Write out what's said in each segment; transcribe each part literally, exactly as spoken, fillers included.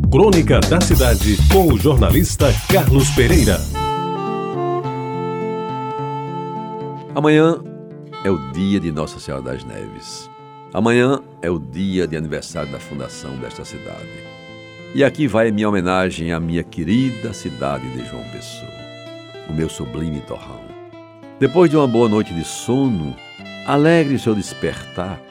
Crônica da Cidade, com o jornalista Carlos Pereira. Amanhã é o dia de Nossa Senhora das Neves. Amanhã é o dia de aniversário da fundação desta cidade. E aqui vai a minha homenagem à minha querida cidade de João Pessoa, o meu sublime torrão. Depois de uma boa noite de sono, alegre seu despertar,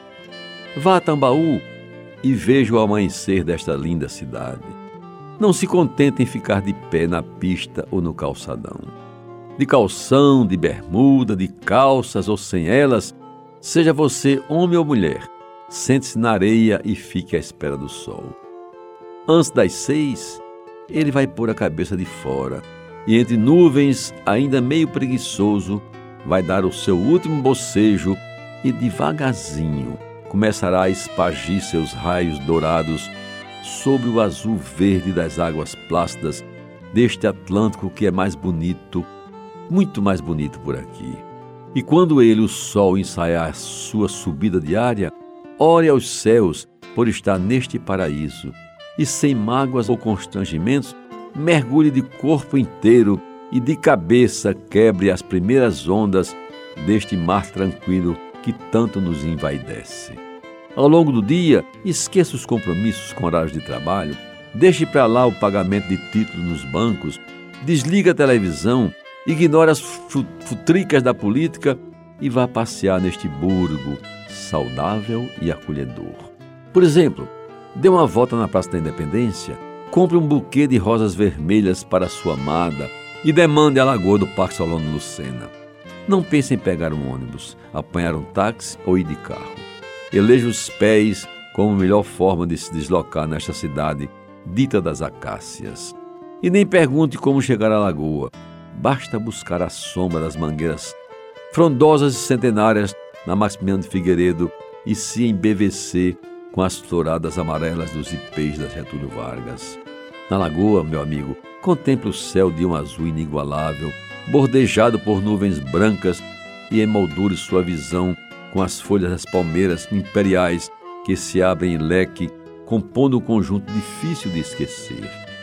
vá a Tambaú e veja o amanhecer desta linda cidade. Não se contente em ficar de pé na pista ou no calçadão. De calção, de bermuda, de calças ou sem elas, seja você homem ou mulher, sente-se na areia e fique à espera do sol. Antes das seis, ele vai pôr a cabeça de fora e entre nuvens, ainda meio preguiçoso, vai dar o seu último bocejo e devagarzinho começará a espargir seus raios dourados sobre o azul verde das águas plácidas deste Atlântico que é mais bonito, muito mais bonito por aqui. E quando ele, o sol, ensaiar sua subida diária, ore aos céus por estar neste paraíso e sem mágoas ou constrangimentos, mergulhe de corpo inteiro e de cabeça quebre as primeiras ondas deste mar tranquilo que tanto nos envaidece. Ao longo do dia, esqueça os compromissos com horários de trabalho, deixe para lá o pagamento de títulos nos bancos, desligue a televisão, ignore as futricas da política e vá passear neste burgo saudável e acolhedor. Por exemplo, dê uma volta na Praça da Independência, compre um buquê de rosas vermelhas para sua amada e demande a lagoa do Parque Solano Lucena. Não pense em pegar um ônibus, apanhar um táxi ou ir de carro. Eleja os pés como a melhor forma de se deslocar nesta cidade dita das acácias. E nem pergunte como chegar à lagoa. Basta buscar a sombra das mangueiras frondosas e centenárias na Maximiano de Figueiredo e se embevecer com as floradas amarelas dos ipês da Getúlio Vargas. Na lagoa, meu amigo, contemple o céu de um azul inigualável, bordejado por nuvens brancas e emoldure sua visão com as folhas das palmeiras imperiais que se abrem em leque, compondo um conjunto difícil de esquecer.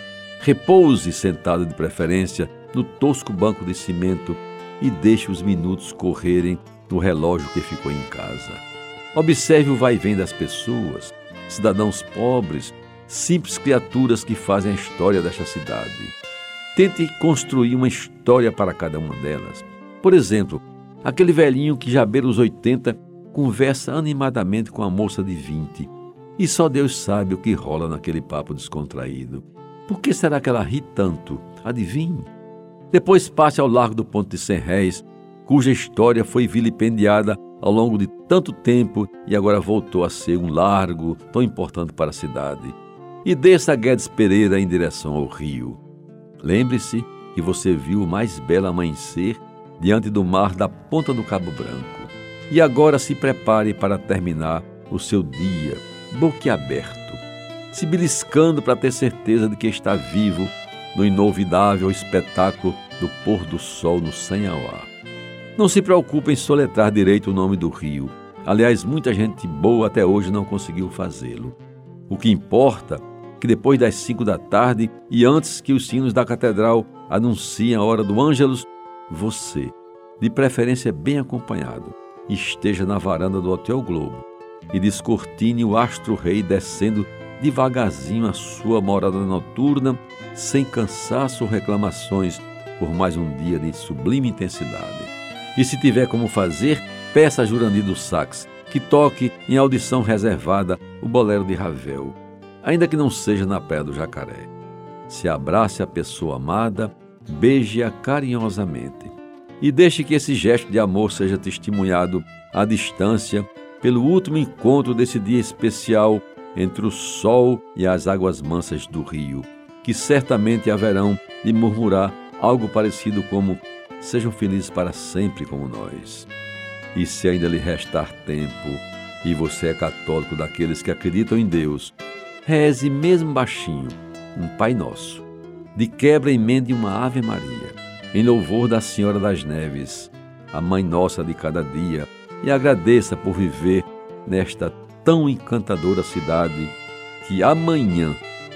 Repouse sentado de preferência no tosco banco de cimento e deixe os minutos correrem no relógio que ficou em casa. Observe o vai-vem das pessoas, cidadãos pobres, simples criaturas que fazem a história desta cidade. Tente construir uma história para cada uma delas. Por exemplo, aquele velhinho que já beira os oitenta conversa animadamente com a moça de vinte e só Deus sabe o que rola naquele papo descontraído. Por que será que ela ri tanto? Adivinhe. Depois passe ao largo do Ponto de Cem Réis, cuja história foi vilipendiada ao longo de tanto tempo e agora voltou a ser um largo tão importante para a cidade. E desça a Guedes Pereira em direção ao rio. Lembre-se que você viu o mais belo amanhecer diante do mar da Ponta do Cabo Branco. E agora se prepare para terminar o seu dia boquiaberto, se beliscando para ter certeza de que está vivo no inolvidável espetáculo do pôr do sol no Sanhauá. Não se preocupe em soletrar direito o nome do rio. Aliás, muita gente boa até hoje não conseguiu fazê-lo. O que importa é que depois das cinco da tarde e antes que os sinos da catedral anunciem a hora do Ângelus, você, de preferência bem acompanhado, esteja na varanda do Hotel Globo e descortine o astro-rei descendo devagarzinho a sua morada noturna, sem cansaço ou reclamações, por mais um dia de sublime intensidade. E se tiver como fazer, peça a Jurandir do Sax que toque em audição reservada o bolero de Ravel, ainda que não seja na Praia do Jacaré. Se abrace a pessoa amada, beije-a carinhosamente e deixe que esse gesto de amor seja testemunhado à distância pelo último encontro desse dia especial entre o sol e as águas mansas do rio, que certamente haverão de murmurar algo parecido como sejam felizes para sempre como nós. E se ainda lhe restar tempo e você é católico daqueles que acreditam em Deus, reze mesmo baixinho um Pai Nosso. De quebra emende uma Ave Maria, em louvor da Senhora das Neves, a Mãe Nossa de cada dia, e agradeça por viver nesta tão encantadora cidade que amanhã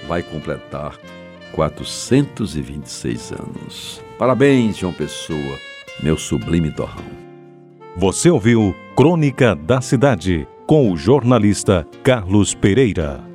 vai completar quatrocentos e vinte e seis anos. Parabéns, João Pessoa, meu sublime torrão. Você ouviu Crônica da Cidade, com o jornalista Carlos Pereira.